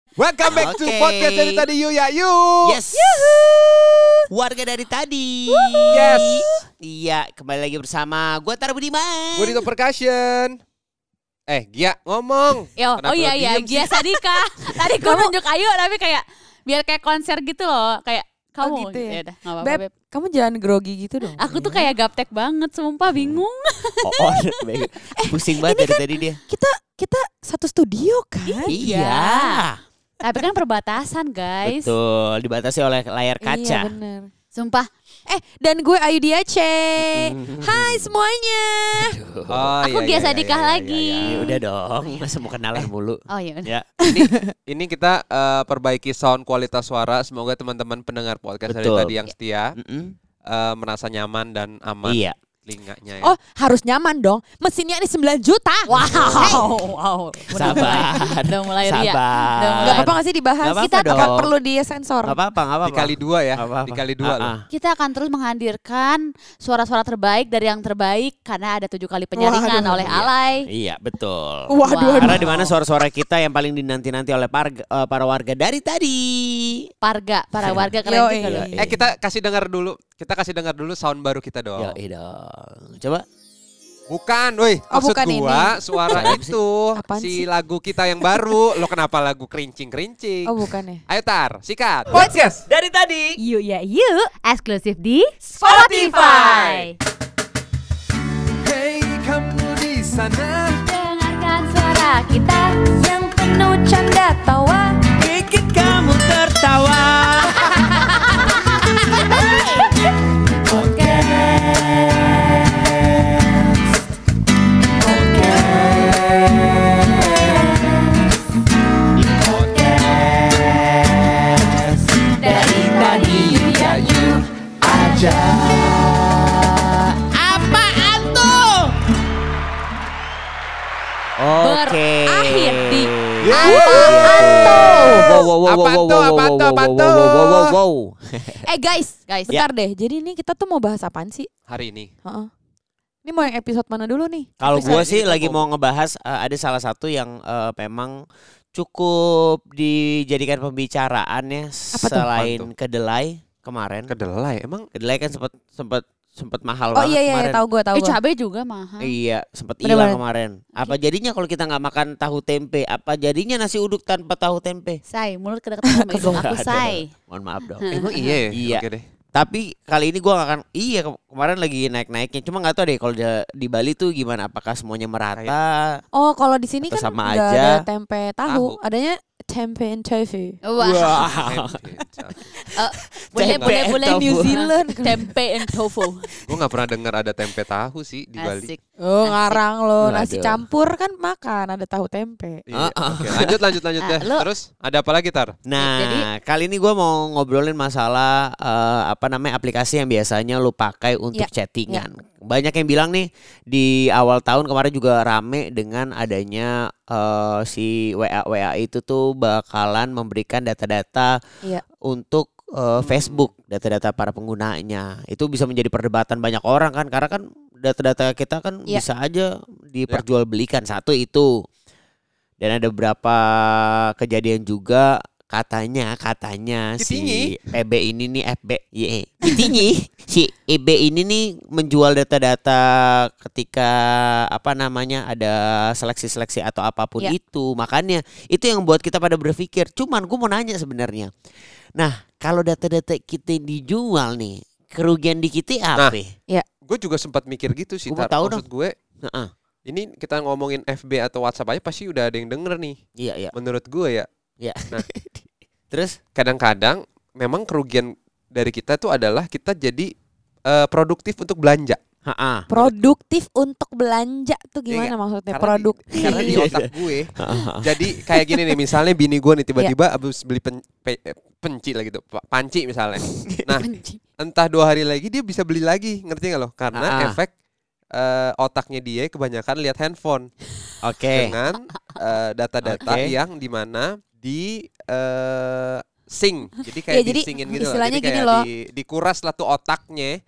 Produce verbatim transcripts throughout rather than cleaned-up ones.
Welcome back okay. to podcast dari tadi yuk ya yuk. Yes. Warga dari tadi. Woo-hoo. Yes. Iya, kembali lagi bersama gue Tara Budiman. Gue Dito Percussion. Eh, Gia ngomong. Yo, oh iya iya, Gia Sadika. Tadi gue nunjuk Ayu tapi kayak biar kayak konser gitu loh, kayak kamu. Oh gitu ya. Yaudah, gak apa-apa, Beb, Beb. kamu jangan grogi gitu dong. Aku tuh kayak gaptek banget, sumpah bingung. Oh, oh baik. Pusing banget dari kan tadi dia. Kita kita satu studio kan? Iya. Tapi kan perbatasan, guys. Betul, dibatasi oleh layar kaca. Iya benar. Sumpah. Eh, dan gue Ayu Diace. Hai semuanya. Oh, Aku Gia Sadikah lagi. Ya udah dong, masa mau kenalan mulu. Oh iya. Ya. Ini ini kita uh, perbaiki sound kualitas suara. Semoga teman-teman pendengar podcast dari Betul. tadi yang setia Mm-mm. uh, merasa nyaman dan aman. Iya. Telinganya ya. Oh, harus nyaman dong. Mesinnya ini sembilan juta. Wow. Wow. Sabar. Udah mulai ria. Sabar. Udah mulai. Gak apa-apa gak sih dibahas? Gak apa-apa Kita dong. gak perlu disensor. Gak apa-apa, gak apa-apa. Dikali dua ya. Gak apa-apa. Dikali dua loh. Ah, ah. Kita akan terus menghadirkan suara-suara terbaik dari yang terbaik karena ada tujuh kali penyaringan Waduh. oleh Alay. Iya, betul. Waduh, Wow. waduh. Karena di mana suara-suara kita yang paling dinanti-nanti oleh parga, uh, para warga dari tadi. Parga, para warga keren Yo, juga loh. iya. Eh kita kasih dengar dulu. Kita kasih dengar dulu sound baru kita dong. Yo, dong. Coba. Bukan, woi. Oh, Maksud bukan gua suara itu Apaan si sih? lagu kita yang baru. Lo kenapa lagu kerincing-kerincing? Oh bukan ya. Ayo Tar, sikat. Podcast dari tadi. Yuk ya yuk, eksklusif di Spotify. Hey kamu di sana. Dengarkan suara kita yang penuh canda tawa. Bikin kamu tertawa. Dari tadi yuk ya yuk aja. Apaan tuh? Oke. Berakhir di Apaan tuh? Wow, wow, wow, wow, Apaan wow, tuh, wow, apaan wow, tuh, wow, apaan wow, tuh? wow, wow, wow, wow. Eh guys, Guys, bentar deh. Jadi ini kita tuh mau bahas apaan sih? Hari ini. Heeh. Ini mau yang episode mana dulu nih? Kalau Episode gue ini sih kita lagi mau- mau ngebahas uh, ada salah satu yang uh, memang cukup dijadikan pembicaraan ya Apa tuh? selain Apaan tuh? kedelai kemarin. Kedelai emang Kedelai kan sempat sempat sempat mahal Oh banget iya iya, kemarin. iya tahu gue tahu eh gue. cabai juga mahal. Iya, sempat Bener, hilang bener. kemarin. Apa jadinya kalau kita nggak makan tahu tempe? Apa jadinya nasi uduk tanpa tahu tempe? Say, mulut kedekatan sama hidung aku, Aduh, say. Mohon maaf dong. emang iya. ya? Iya. Oke deh. Tapi kali ini gue gak akan. Iya ke- kemarin lagi naik-naiknya. Cuma nggak tahu deh kalau di, di Bali tuh gimana. Apakah semuanya merata? Oh kalau di sini Atau kan sama nggak aja. ada tempe tahu, Tahu. adanya tempe and tofu. Wah. Wah. Boleh Tempe boleh and boleh tofu. New Zealand. Tempe and tofu. Gue nggak pernah dengar ada tempe tahu sih di Bali. Asik. Oh Asik. ngarang lo, nasi Waduh. campur kan makan ada tahu tempe. Iya, Ah, ah. Oke, lanjut lanjut lanjut Ah, deh. lu- Terus ada apa lagi Tar? Nah, Jadi- kali ini gue mau ngobrolin masalah eh, apa namanya aplikasi yang biasanya lu pakai untuk Ya, chattingan. Banyak yang bilang nih di awal tahun kemarin juga rame dengan adanya eh, si W A W A itu tuh bakalan memberikan data-data Iya. untuk eh, Facebook, data-data para penggunanya. Itu bisa menjadi perdebatan banyak orang kan karena kan data-data kita kan Iya. bisa aja diperjualbelikan. Satu itu. Dan ada beberapa kejadian juga katanya katanya si Citinyi. E B ini nih F B Y Citinyi si E B ini nih menjual data-data ketika apa namanya ada seleksi-seleksi atau apapun Ya. itu. Makanya itu yang buat kita pada berpikir. Cuman gue mau nanya sebenarnya. Nah, kalau data-data kita dijual nih, kerugian di kita apa? Nah. Gue juga sempat mikir gitu sih Gua mau Tar. tahu Maksud gue Heeh. ini kita ngomongin F B atau WhatsApp aja pasti udah ada yang denger nih. Iya, iya. Menurut gue ya. Iya. Nah. Terus Kadang-kadang memang kerugian dari kita tuh adalah kita jadi eh, produktif untuk belanja. Ha-ha. Produktif untuk belanja tuh gimana Iya, maksudnya? karena Produktif. Di, karena di otak gue. Jadi kayak gini nih, misalnya bini gue nih tiba-tiba abis beli pen, pe- eh, penci lah gitu, pa- panci misalnya. Nah, entah dua hari lagi dia bisa beli lagi, ngerti nggak lo? Karena Ah. efek eh, otaknya dia kebanyakan lihat handphone Oke. dengan eh, data-data Oke. yang dimana di eh, sync. Jadi kayak Iya, jadi disingin gitu loh. istilahnya Jadi gini kayak loh. di, dikuras lah tuh otaknya Heeh.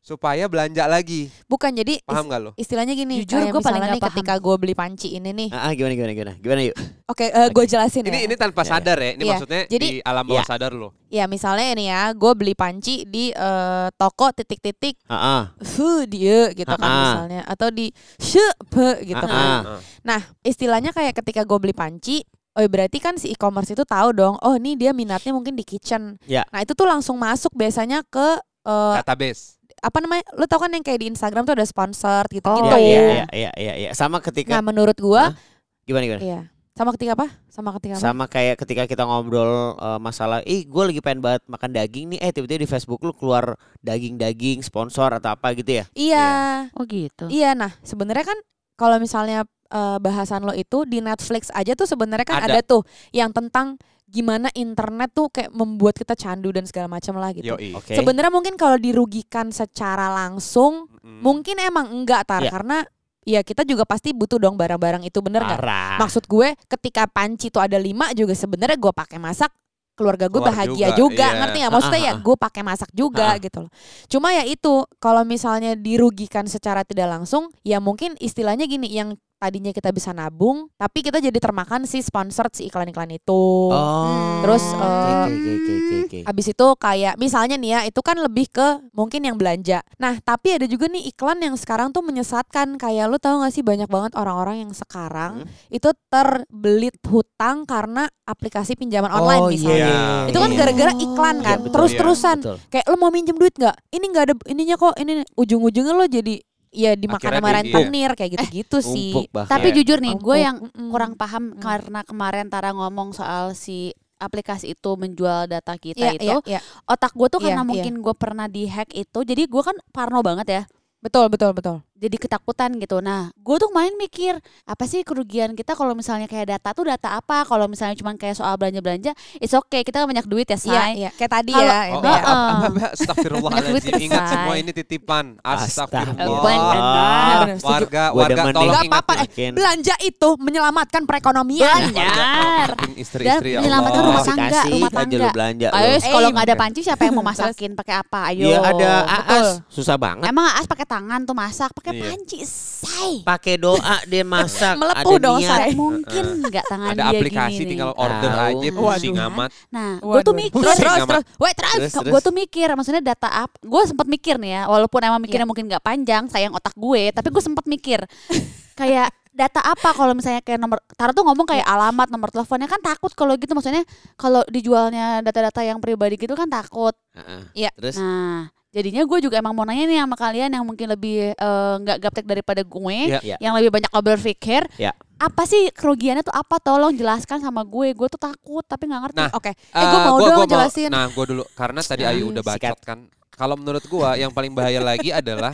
supaya belanja lagi. Bukan, jadi Paham is- gak lo? istilahnya gini. Jujur, kayak gue paling misalnya nggak nih paham. ketika gue beli panci ini nih. Ah, ah, gimana gimana gimana? Gimana yuk? Oke, eh, gue jelasin Ini ya. ini tanpa Ya, ya. sadar ya. Ini Iya, maksudnya jadi- di alam bawah Iya. sadar lo. Ya misalnya ini ya, gue beli panci di eh, toko titik-titik Heeh. fu dia gitu kan Ah, ah. misalnya, atau di shepe gitu Ah, kan. ah. Heeh. Nah istilahnya kayak ketika gue beli panci, oh berarti kan si e-commerce itu tahu dong, oh ini dia minatnya mungkin di kitchen. Ya. Nah itu tuh langsung masuk biasanya ke eh, Database. apa namanya, lo tau kan yang kayak di Instagram tuh ada sponsor gitu Oh, gitu. Iya iya iya. iya iya iya iya. Sama ketika Nah menurut gue, Hah? gimana gimana? iya. Sama ketika apa? Sama ketika apa? Sama kayak ketika kita ngobrol eh, masalah, ih gue lagi pengen banget makan daging nih, eh tiba-tiba di Facebook lu keluar daging-daging sponsor atau apa gitu ya? Iya. Oh gitu. Iya, nah sebenarnya kan kalau misalnya eh, bahasan lo itu di Netflix aja tuh sebenarnya kan Ada. ada. tuh yang tentang gimana internet tuh kayak membuat kita candu dan segala macam lah gitu. Yoi. Oke. Sebenarnya mungkin kalau dirugikan secara langsung Mm-mm. mungkin emang enggak tar Iya. karena ya kita juga pasti butuh dong barang-barang itu, bener nggak? Parah. Maksud gue ketika panci tuh ada lima juga sebenarnya gue pakai masak, keluarga gue Keluar bahagia juga, juga, iya. ngerti nggak? Maksudnya Ah, ya ah, ah. gue pakai masak juga Ah, ah. gitu loh. Cuma ya itu kalau misalnya dirugikan secara tidak langsung, ya mungkin istilahnya gini, yang tadinya kita bisa nabung, tapi kita jadi termakan si sponsor si iklan-iklan itu. Oh. Terus, Oke, eh, oke, oke, oke, oke. Abis itu kayak misalnya nih ya, itu kan lebih ke mungkin yang belanja. Nah tapi ada juga nih iklan yang sekarang tuh menyesatkan. Kayak lu tahu gak sih banyak banget orang-orang yang sekarang Hmm. itu terbelit hutang karena aplikasi pinjaman online Oh, misalnya. iya. Itu kan Iya. gara-gara iklan kan, Iya, betul. terus-terusan. Betul. Kayak lu mau minjem duit gak? Ini gak ada ininya kok, ini ujung-ujungnya lo jadi ya dimakan Akhirnya sama di- rentenir kayak gitu-gitu sih. Numpuk bahkan. Tapi Iya. jujur nih, gue Numpuk. yang Mm-mm. kurang paham Mm. karena kemarin Tara ngomong soal si aplikasi itu menjual data Iya, kita itu, iya, iya. otak gue tuh Iya, karena iya. mungkin gue pernah dihack itu, jadi gue kan parno banget ya, Betul, betul, betul. jadi ketakutan gitu. Nah, gue tuh kemarin mikir apa sih kerugian kita kalau misalnya kayak data tuh data apa? Kalau misalnya cuma kayak soal belanja-belanja, it's okay, kita kan banyak duit ya, Iya, say. iya. Kayak tadi Kalau- ya. Oh, ini oh, ya. apa, apa, apa, astagfirullahaladzim. Banyak duit Ingat selesai. semua ini titipan. Astagfirullah. Benar. Benar, setuju. Warga, Gua warga demen tolong nih. Gak ingat apa-apa, nih. eh, Makin- belanja itu menyelamatkan perekonomian. Benar. Maafin Dan istri-istri ya menyelamatkan Allah. rumah tangga, Kasih rumah aja lu tangga. belanja Ayo, lu. kalau Eh, nggak ada oke. panci siapa yang mau masakin? Pakai apa? Ayo. Iya ada betul. Aas, susah banget. Emang Aas pakai tangan tuh masak, pakai Iya. panci, say. Pakai doa dia masak. Melepuh ada dong, niat. say. Nggak mungkin nggak tangan Ada dia aplikasi gini tinggal nih. order Tahu. aja pusing Waduh. amat. Nah, gue Waduh. tuh mikir, Terus, Pusing terus, amat. terus. Wait, terus. Terus, terus. gue tuh mikir, maksudnya data apa? Gue sempat mikir nih ya, walaupun emang mikirnya mungkin nggak panjang, sayang otak gue, tapi gue sempat mikir kayak data apa kalau misalnya kayak nomor, Tara tuh ngomong kayak alamat, nomor teleponnya, kan takut kalau gitu, maksudnya kalau dijualnya data-data yang pribadi gitu kan takut. Heeh. Iya. Terus Nah, jadinya gue juga emang mau nanya nih sama kalian yang mungkin lebih eh, nggak gaptek daripada gue, Iya. Iya. yang lebih banyak berpikir. Ya. Apa sih kerugiannya tuh apa? Tolong jelaskan sama gue. Gue tuh takut tapi nggak ngerti. Nah, Oke. Eh, Eh, gue mau gua- dong gua mau- jelasin. Nah, gue dulu karena tadi Ayu udah Sikat. bacot kan. Kalau menurut gua yang paling bahaya lagi adalah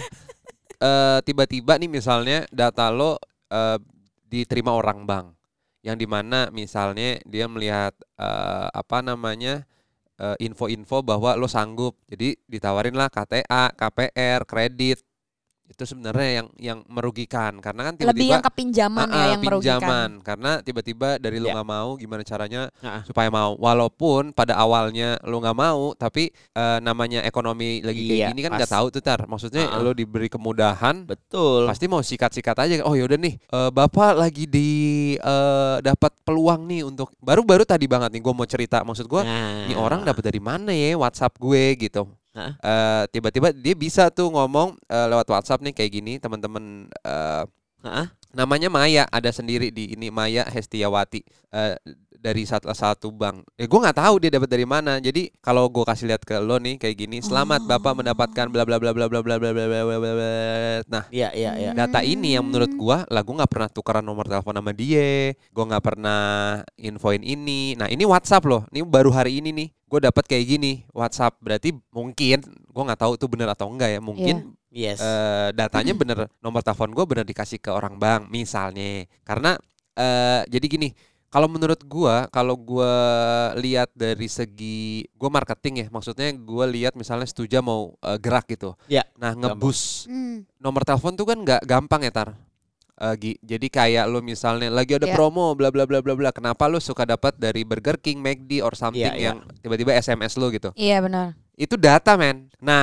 eh, tiba-tiba nih misalnya data lo eh, diterima orang bank, yang dimana misalnya dia melihat eh, apa namanya eh, info-info bahwa lo sanggup, jadi ditawarin lah K T A, K P R, kredit. Itu sebenarnya yang yang merugikan karena kan Lebih tiba-tiba yang kepinjaman ya Ah, ah, yang merugikan. pinjaman. Karena tiba-tiba dari lu Ya. nggak mau, gimana caranya Ah. supaya mau, walaupun pada awalnya lu nggak mau, tapi eh, namanya ekonomi lagi kayak Iya, gini kan pas. nggak tahu tuh tar, maksudnya Ah, ah. lu diberi kemudahan betul. pasti mau sikat-sikat aja. Oh yaudah nih, eh, bapak lagi di eh, dapat peluang nih untuk baru-baru tadi banget nih gue mau cerita, maksud gue Nah. ini orang dapat dari mana ya WhatsApp gue gitu. Hah? Eh, tiba-tiba dia bisa tuh ngomong eh, lewat WhatsApp nih kayak gini, teman-teman eh, Heeh. namanya Maya, ada sendiri di ini, Maya Hestiawati, eh, dari salah satu bank. Eh gue nggak tahu dia dapat dari mana. Jadi kalau gue kasih lihat ke lo nih kayak gini, selamat bapak mendapatkan bla bla bla bla bla bla bla bla bla bla bla bla. Nah, Iya iya iya. data ini yang menurut gua lah, gue nggak pernah tukeran nomor telepon sama dia, gue nggak pernah infoin ini. Nah ini WhatsApp loh, ini baru hari ini nih gue dapat kayak gini WhatsApp, berarti mungkin gue nggak tahu itu benar atau enggak ya, mungkin Yes. eh, datanya bener, nomor telepon gue bener dikasih ke orang bank misalnya. Karena eh, jadi gini, kalau menurut gue, kalau gue lihat dari segi gue marketing ya, maksudnya gue lihat misalnya Setuja mau eh, gerak gitu, Ya, nah ngebus Hmm. nomor telepon tuh kan nggak gampang ya tar. Eh, Gi. Jadi kayak lu misalnya lagi ada Ya. promo bla bla bla bla bla, kenapa lu suka dapat dari Burger King, McD or something Iya, iya. yang tiba-tiba S M S lu gitu. Iya benar. Itu data men. Nah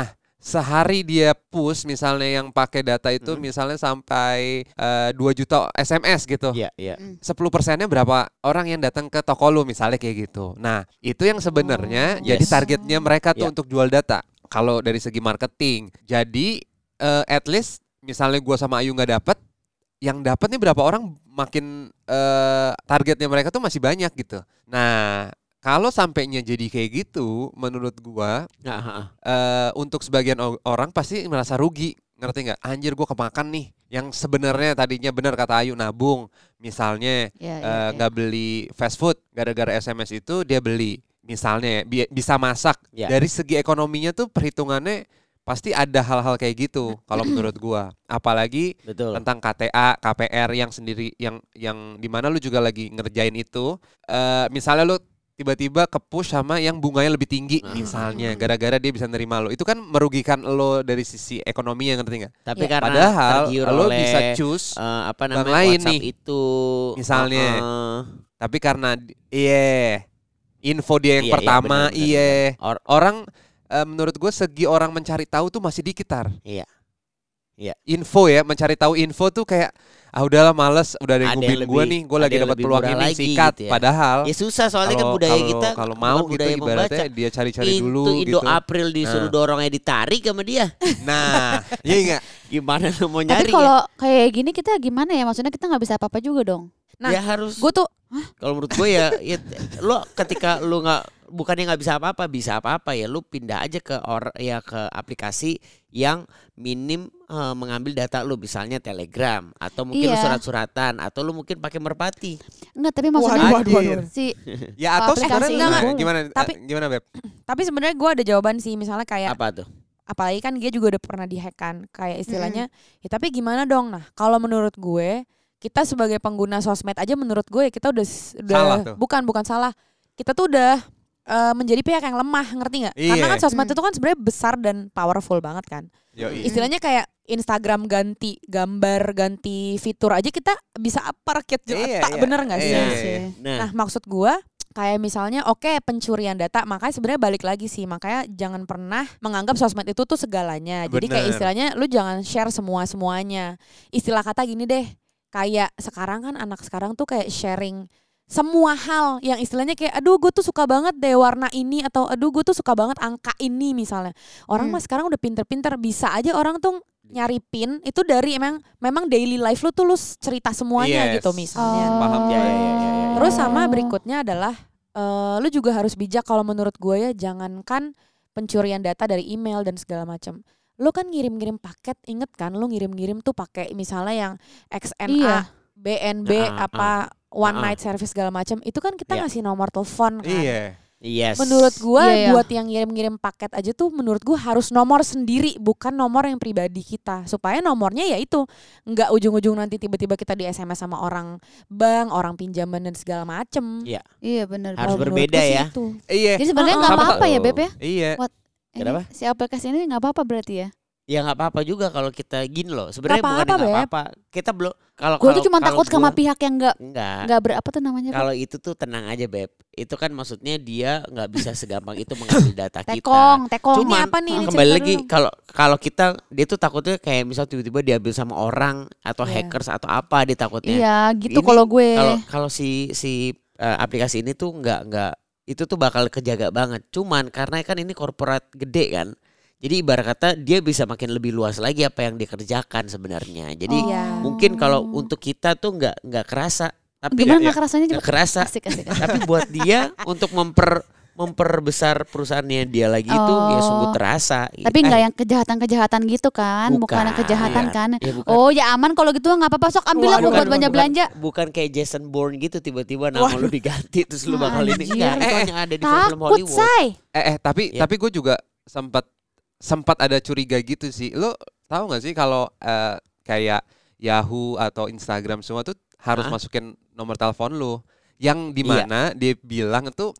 sehari dia push misalnya yang pakai data itu Hmm. misalnya sampai eh, dua juta S M S gitu. Iya, iya. sepuluh persennya berapa orang yang datang ke toko lu misalnya kayak gitu. Nah, itu yang sebenarnya Oh, jadi yes. targetnya mereka tuh Ya. untuk jual data. Kalau dari segi marketing. Jadi eh, at least misalnya gua sama Ayu nggak dapet, yang dapat nih berapa orang makin eh, targetnya mereka tuh masih banyak gitu. Nah, kalau sampainya jadi kayak gitu, menurut gua Nah, ha, ha. eh, untuk sebagian o- orang pasti merasa rugi, ngerti nggak? Anjir, gua kemakan nih. Yang sebenarnya tadinya benar kata Ayu nabung, misalnya Ya, ya, eh, ya. nggak beli fast food, gara-gara S M S itu dia beli, misalnya bi- bisa masak. Ya. Dari segi ekonominya tuh perhitungannya pasti ada hal-hal kayak gitu. Kalau menurut gua, apalagi Betul. tentang K T A, K P R yang sendiri yang yang dimana lu juga lagi ngerjain itu. Eh, misalnya lu tiba-tiba ke-push sama yang bunganya lebih tinggi Nah. misalnya gara-gara dia bisa nerima lo. Itu kan merugikan lo dari sisi ekonominya, ngerti nggak? Tapi Ya. karena Padahal tergiur lo oleh, bisa choose eh, apa namanya lain WhatsApp nih. itu Misalnya. Heeh. tapi karena di- iya info dia yang Iya, iya, pertama benar, benar, iya benar. Or- orang eh, menurut gue segi orang mencari tahu tuh masih dikit Tar. Iya. Iya. Info ya, mencari tahu info tuh kayak ah udahlah males, udah ada yang Ada yang ngubungin gue lebih- nih, gue ada lagi yang dapat lebih peluang murah ini lagi sikat. gitu ya. Padahal Ya susah soalnya kan kalau- budaya kalau- kita kalau bukan mau gitu budaya ibaratnya membaca. dia cari-cari Itu dulu Indo gitu. April disuruh Nah. dorongnya ditarik sama dia. Nah, iya enggak? Gimana lu mau Tapi nyari? kalau kayak gini kita gimana ya? Maksudnya kita nggak bisa apa-apa juga dong. Nah, ya harus. Gue tuh Kalau menurut gue ya, ya lo ketika lu nggak bukannya nggak bisa apa-apa, bisa apa-apa ya lu pindah aja ke or ya ke aplikasi yang minim eh, mengambil data lu, misalnya Telegram atau mungkin lu Iya. surat-suratan atau lu mungkin pakai merpati. Enggak, tapi maksudnya Waduh, waduh, waduh. si Ya atau Aplikasi sebenarnya enggak, nah, gimana Tapi- eh, gimana Beb? tapi sebenarnya gue ada jawaban sih, misalnya kayak Apa tuh? apalagi kan dia juga udah pernah dihack kan, kayak istilahnya ya tapi gimana dong. Nah kalau menurut gue kita sebagai pengguna sosmed aja, menurut gue kita udah udah Salah tuh. bukan bukan salah, kita tuh udah eh, menjadi pihak yang lemah, ngerti nggak? Karena Iya. kan sosmed Hmm. itu kan sebenarnya besar dan powerful banget kan. Yoi. Istilahnya kayak Instagram ganti gambar, ganti fitur aja kita bisa apa rakyat jelata, Iya, iya. bener nggak sih? Iya, Iya iya, sih. iya. Nah, Nah maksud gua kayak misalnya oke pencurian data, makanya sebenarnya balik lagi sih, makanya jangan pernah menganggap sosmed itu tuh segalanya. Jadi kayak Bener. istilahnya lu jangan share semua semuanya. Istilah kata gini deh, kayak sekarang kan anak sekarang tuh kayak sharing semua hal yang istilahnya kayak aduh gue tuh suka banget deh warna ini, atau aduh gue tuh suka banget angka ini misalnya. Orang Hmm. mah sekarang udah pinter-pinter, bisa aja orang tuh nyari pin itu dari emang memang daily life lu tuh lu cerita semuanya Yes. gitu misalnya. Paham. ya, ya, ya, ya, ya. Terus sama Oh. berikutnya adalah eh, lu juga harus bijak kalau menurut gue ya, jangankan pencurian data dari email dan segala macam. Lu kan ngirim-ngirim paket, inget kan lu ngirim-ngirim tuh pakai misalnya yang X N A, Iya. B N B, Ah, ah, apa one Ah, ah. night service segala macam. Itu kan kita Iya. ngasih nomor telepon kan. Iya. Yes. Menurut gua Iya, iya. buat yang ngirim-ngirim paket aja tuh menurut gua harus nomor sendiri, bukan nomor yang pribadi kita, supaya nomornya ya itu nggak ujung-ujung nanti tiba-tiba kita di S M S sama orang bank, orang pinjaman dan segala macem. Iya. Iya benar. Harus Kalau menurut berbeda gua sih ya. itu. Iya. Jadi sebenarnya Oh, nggak sama apa-apa ya tuh. Beb ya? Iya. Ini, Kenapa? si aplikasi ini nggak apa-apa berarti ya? Ya nggak apa-apa juga kalau kita gini loh. Sebenarnya Nggak bukan apa-apa, nggak Beb. apa-apa. Kita belum kalau Gue kalau- tuh cuma kalau takut sama gua- pihak yang nggak enggak. nggak berapa tuh namanya Beb? Kalau itu tuh tenang aja Beb. Itu kan maksudnya dia nggak bisa segampang itu mengambil data kita. Tekong, tekong. Cuman Ini apa nih? Ini kembali cerita lagi dulu. kalau kalau kita dia tuh takutnya kayak misal tiba-tiba diambil sama orang atau Iya. hackers atau apa dia takutnya. Iya gitu Ini kalau gue. Kalau kalau si si eh, aplikasi ini tuh nggak nggak itu tuh bakal kejaga banget. Cuman karena kan ini korporat gede kan. Jadi ibarat kata dia bisa makin lebih luas lagi apa yang dikerjakan sebenarnya. Jadi Oh. Iya. mungkin kalau untuk kita tuh nggak nggak kerasa. Tapi Gimana ya, nggak kerasanya nggak coba? kerasa. Asik asik. asik. Tapi buat dia untuk memper memperbesar perusahaannya dia lagi itu ya Oh. sungguh terasa. Tapi nggak yang kejahatan-kejahatan gitu kan? Bukan, yang kejahatan Bukan. kan? Ya, bukan. Oh ya aman kalau gitu nggak apa-apa, sok ambil Waduh, aku buat waduh, belanja belanja. Bukan, bukan kayak Jason Bourne gitu tiba-tiba nama lu diganti terus lu bakal ini Anjir. enggak. Eh, Itu hanya ada di film Takut Hollywood. say. Eh, eh tapi Ya. tapi gue juga sempat sempat ada curiga gitu sih. Lo tahu nggak sih kalau eh, kayak Yahoo atau Instagram semua tuh harus Hah? masukin nomor telepon lo, yang Iya. dimana dia bilang itu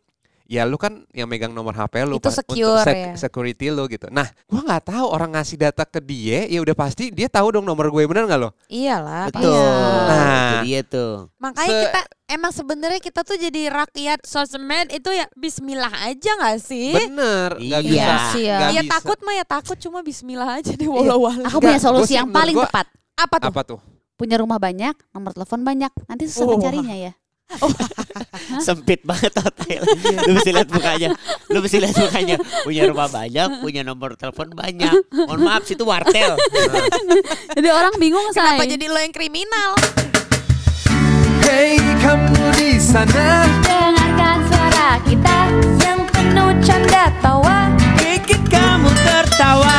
ya lu kan yang megang nomor H P lu Itu Pak, secure, untuk ya. security lu gitu. Nah, gua nggak tahu orang ngasih data ke dia, ya udah pasti dia tahu dong nomor gue, bener nggak lo? Iyalah. Betul. Iya. Nah. Itu dia tuh. Makanya Se- kita emang sebenarnya kita tuh jadi rakyat sosmed itu ya bismillah aja gak sih? Bener, nggak Iya. bisa. Sih ya. nggak Ya bisa. takut mah ya takut, cuma bismillah aja deh walau-walau. Aku punya Enggak, solusi gua sih yang menurut paling gua- tepat. Apa tuh? Apa tuh? Punya rumah banyak, nomor telepon banyak. Nanti susah Oh. mencarinya ya. Sempit banget hotel. Lu mesti lihat mukanya. Lu mesti lihat mukanya. Punya rumah banyak, punya nomor telepon banyak. Mohon maaf, situ wartel. Jadi orang bingung, say. Kenapa jadi lo yang kriminal? Hey kamu di sana, Dengarkan suara kita yang penuh canda tawa. Bikin kamu tertawa.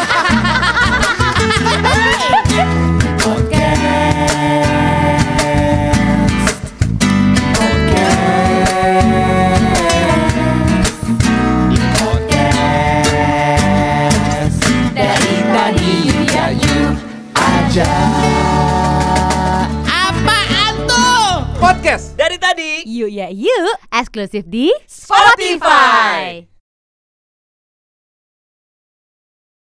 Dari tadi ya you aja. Apaan tuh? Podcast. Dari tadi. Yuk ya yuk, eksklusif di Spotify.